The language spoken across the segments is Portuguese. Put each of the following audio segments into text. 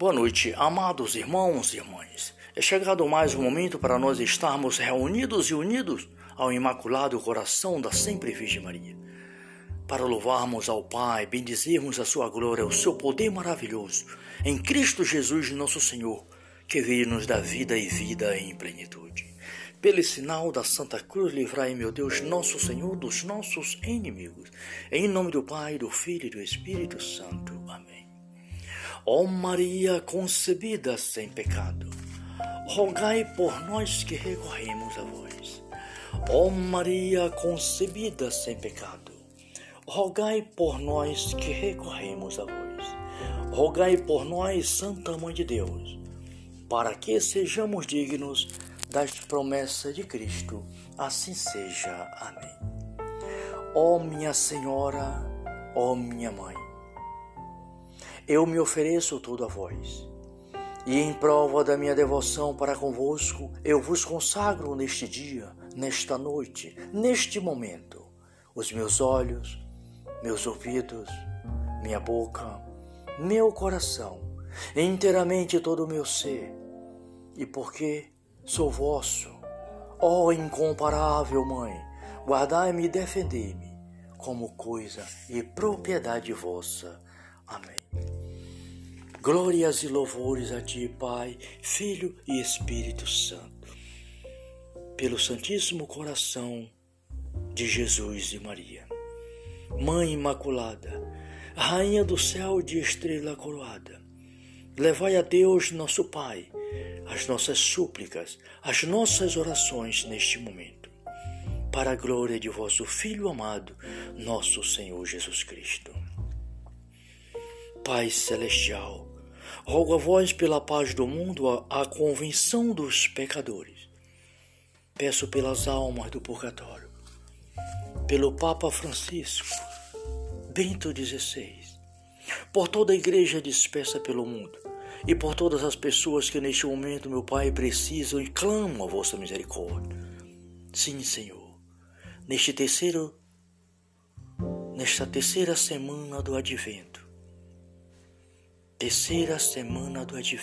Boa noite, amados irmãos e irmãs. É chegado mais um momento para nós estarmos reunidos e unidos ao Imaculado Coração da Sempre Virgem Maria, para louvarmos ao Pai, bendizermos a sua glória, o seu poder maravilhoso, em Cristo Jesus nosso Senhor, que veio nos dar vida e vida em plenitude. Pelo sinal da Santa Cruz, livrai, meu Deus, nosso Senhor, dos nossos inimigos. Em nome do Pai, do Filho e do Espírito Santo. Amém. Ó Maria concebida sem pecado, rogai por nós que recorremos a vós. Ó Maria concebida sem pecado, rogai por nós que recorremos a vós. Rogai por nós, Santa Mãe de Deus, para que sejamos dignos das promessas de Cristo. Assim seja. Amém. Ó minha Senhora, ó minha Mãe, eu me ofereço todo a vós, e em prova da minha devoção para convosco, eu vos consagro neste dia, nesta noite, neste momento, os meus olhos, meus ouvidos, minha boca, meu coração, inteiramente todo o meu ser, e porque sou vosso, ó incomparável Mãe, guardai-me e defendei-me como coisa e propriedade vossa. Amém. Glórias e louvores a ti, Pai, Filho e Espírito Santo, pelo Santíssimo Coração de Jesus e Maria. Mãe Imaculada, Rainha do céu de estrela coroada, levai a Deus nosso Pai as nossas súplicas, as nossas orações neste momento, para a glória de vosso Filho amado, nosso Senhor Jesus Cristo. Pai Celestial, rogo a vós pela paz do mundo, a convenção dos pecadores. Peço pelas almas do purgatório, pelo Papa Francisco, Bento XVI, por toda a igreja dispersa pelo mundo e por todas as pessoas que neste momento, meu Pai, precisam e clamam a vossa misericórdia. Sim, Senhor, nesta terceira semana do Advento, terceira semana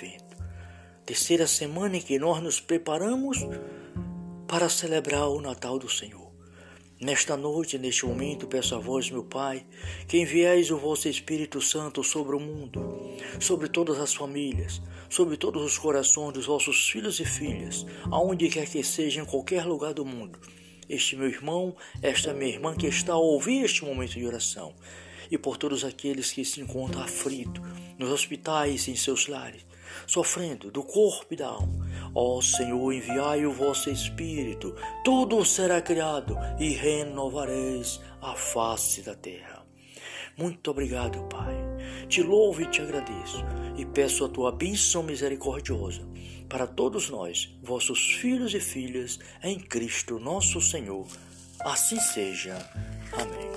em que nós nos preparamos para celebrar o Natal do Senhor. Nesta noite, neste momento, peço a vós, meu Pai, que enviais o vosso Espírito Santo sobre o mundo, sobre todas as famílias, sobre todos os corações dos vossos filhos e filhas, aonde quer que seja, em qualquer lugar do mundo. Este meu irmão, esta minha irmã que está a ouvir este momento de oração, e por todos aqueles que se encontram aflitos, nos hospitais e em seus lares, sofrendo do corpo e da alma. Ó Senhor, enviai o vosso Espírito, tudo será criado e renovareis a face da terra. Muito obrigado, Pai. Te louvo e te agradeço e peço a tua bênção misericordiosa para todos nós, vossos filhos e filhas, em Cristo nosso Senhor. Assim seja. Amém.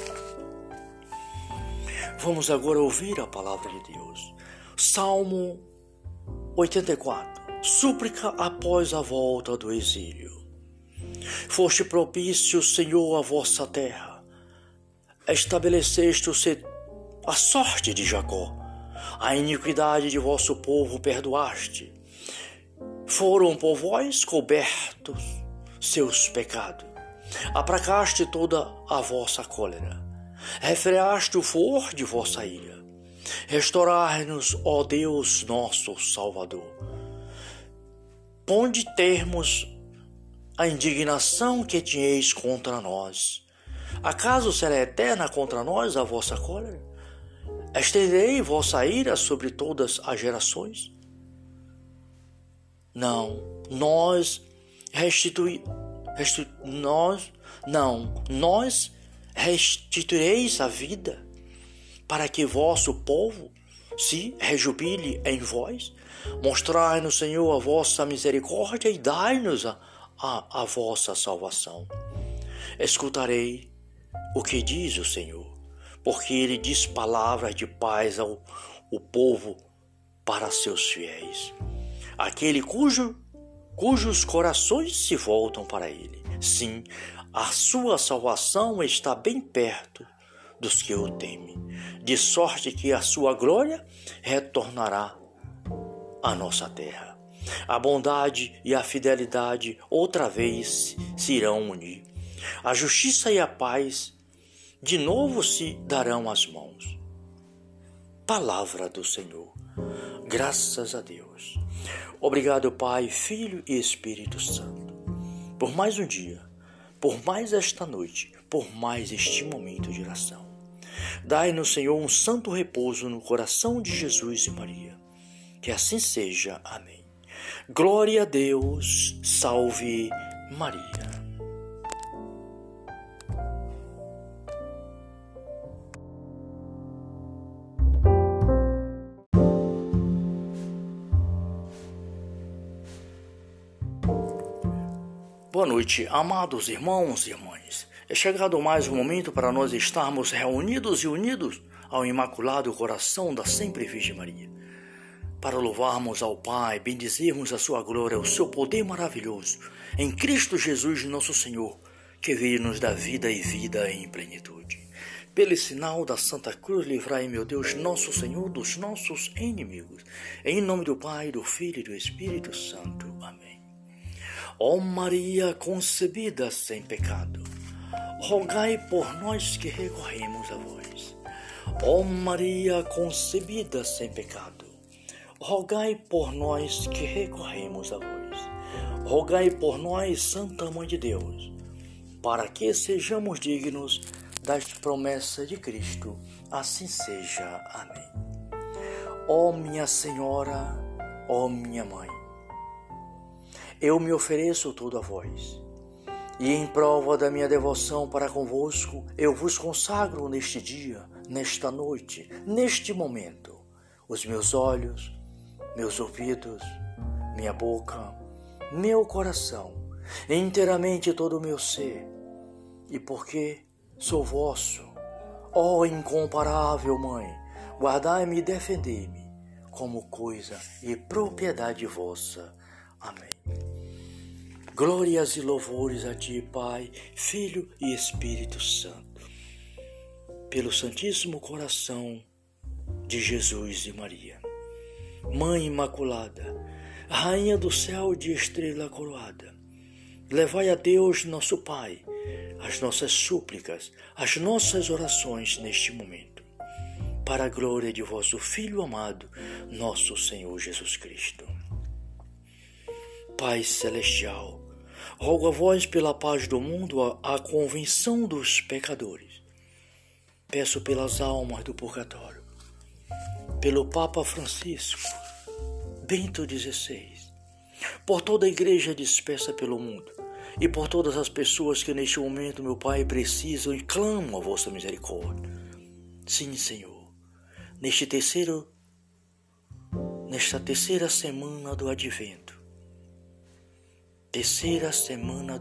Vamos agora ouvir a palavra de Deus. Salmo 84. Súplica após a volta do exílio. Foste propício, Senhor, à vossa terra. Estabeleceste a sorte de Jacó. A iniquidade de vosso povo perdoaste. Foram por vós cobertos seus pecados. Aplacaste toda a vossa cólera. Refreaste o furor de vossa ira. Restaurai-nos, ó Deus nosso Salvador. Ponde termos à indignação que tinhais contra nós. Acaso será eterna contra nós a vossa cólera? Estenderei vossa ira sobre todas as gerações? Não, nós restituireis a vida, para que vosso povo se rejubile em vós. Mostrai-nos, Senhor, a vossa misericórdia e dai-nos a vossa salvação. Escutarei o que diz o Senhor, porque ele diz palavras de paz ao povo para seus fiéis, aquele cujos corações se voltam para ele. Sim, a sua salvação está bem perto dos que o temem, de sorte que a sua glória retornará a nossa terra. A bondade e a fidelidade outra vez se irão unir. A justiça e a paz de novo se darão as mãos. Palavra do Senhor. Graças a Deus. Obrigado, Pai, Filho e Espírito Santo, por mais um dia, por mais esta noite, por mais este momento de oração. Dai-nos, Senhor, um santo repouso no coração de Jesus e Maria. Que assim seja. Amém. Glória a Deus. Salve Maria. Boa noite, amados irmãos e irmãs. É chegado mais um momento para nós estarmos reunidos e unidos ao Imaculado Coração da Sempre Virgem Maria, para louvarmos ao Pai, bendizermos a sua glória, o seu poder maravilhoso, em Cristo Jesus nosso Senhor, que veio nos dar vida e vida em plenitude. Pelo sinal da Santa Cruz, livrai, meu Deus, nosso Senhor, dos nossos inimigos. Em nome do Pai, do Filho e do Espírito Santo. Amém. Ó Maria concebida sem pecado, rogai por nós que recorremos a vós. Ó Maria concebida sem pecado, rogai por nós que recorremos a vós. Rogai por nós, Santa Mãe de Deus, para que sejamos dignos das promessas de Cristo. Assim seja. Amém. Ó minha Senhora, ó minha Mãe, eu me ofereço todo a vós, e em prova da minha devoção para convosco, eu vos consagro neste dia, nesta noite, neste momento, os meus olhos, meus ouvidos, minha boca, meu coração, inteiramente todo o meu ser, e porque sou vosso, ó incomparável Mãe, guardai-me e defendei-me como coisa e propriedade vossa. Amém. Glórias e louvores a ti, Pai, Filho e Espírito Santo, pelo Santíssimo Coração de Jesus e Maria. Mãe Imaculada, Rainha do céu de estrela coroada, levai a Deus, nosso Pai, as nossas súplicas, as nossas orações neste momento, para a glória de vosso Filho amado, nosso Senhor Jesus Cristo. Pai Celestial, rogo a vós pela paz do mundo, a convenção dos pecadores. Peço pelas almas do purgatório, pelo Papa Francisco, Bento XVI, por toda a igreja dispersa pelo mundo e por todas as pessoas que neste momento, meu Pai, precisam e clamam a vossa misericórdia. Sim, Senhor, nesta terceira semana do Advento, terceira semana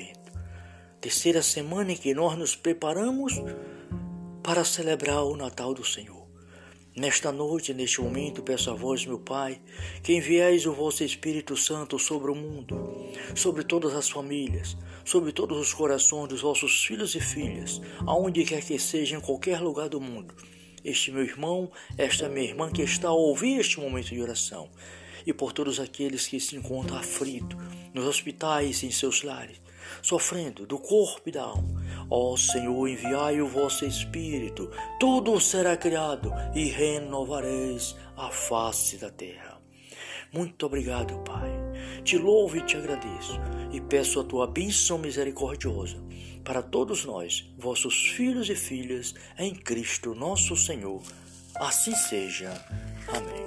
em que nós nos preparamos para celebrar o Natal do Senhor. Nesta noite, neste momento, peço a vós, meu Pai, que enviais o vosso Espírito Santo sobre o mundo, sobre todas as famílias, sobre todos os corações dos vossos filhos e filhas, aonde quer que seja, em qualquer lugar do mundo. Este meu irmão, esta minha irmã que está a ouvir este momento de oração, e por todos aqueles que se encontram aflitos, nos hospitais e em seus lares, sofrendo do corpo e da alma. Ó Senhor, enviai o vosso Espírito, tudo será criado e renovareis a face da terra. Muito obrigado, Pai. Te louvo e te agradeço e peço a tua bênção misericordiosa para todos nós, vossos filhos e filhas, em Cristo nosso Senhor. Assim seja. Amém.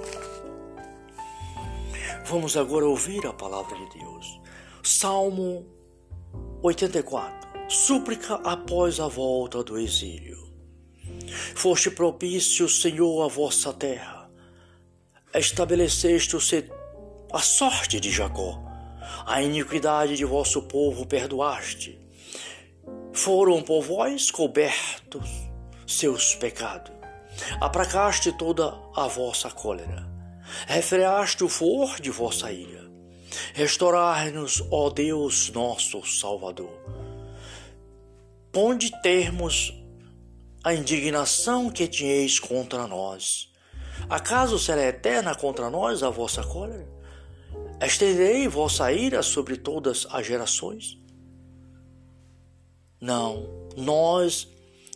Vamos agora ouvir a palavra de Deus. Salmo 84. Súplica após a volta do exílio. Foste propício, Senhor, à vossa terra. Estabeleceste a sorte de Jacó. A iniquidade de vosso povo perdoaste. Foram por vós cobertos seus pecados. Aplacaste toda a vossa cólera. Refreaste o furor de vossa ira. Restaurai-nos, ó Deus nosso Salvador. Ponde termos à indignação que tinhais contra nós. Acaso será eterna contra nós a vossa cólera? Estenderei vossa ira sobre todas as gerações? Não, nós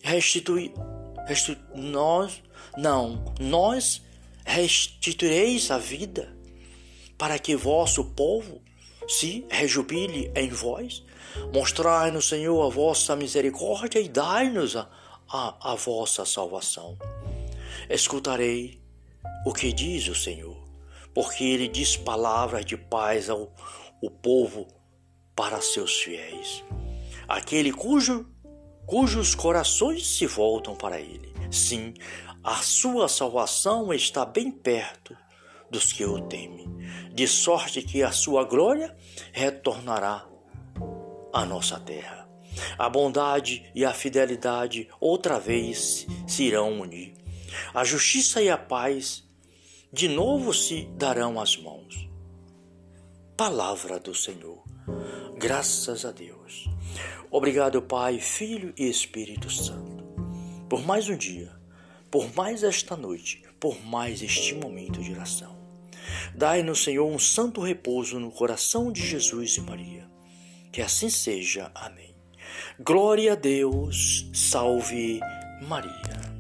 restituireis a vida, para que vosso povo se rejubile em vós. Mostrai-nos, Senhor, a vossa misericórdia e dai-nos a vossa salvação. Escutarei o que diz o Senhor, porque ele diz palavras de paz ao povo para seus fiéis, aquele cujos corações se voltam para ele. Sim, a sua salvação está bem perto dos que o temem, de sorte que a sua glória retornará à nossa terra. A bondade e a fidelidade outra vez se irão unir. A justiça e a paz de novo se darão as mãos. Palavra do Senhor. Graças a Deus. Obrigado, Pai, Filho e Espírito Santo, por mais um dia, por mais esta noite, por mais este momento de oração. Dai-nos, Senhor, um santo repouso no coração de Jesus e Maria. Que assim seja. Amém. Glória a Deus. Salve Maria.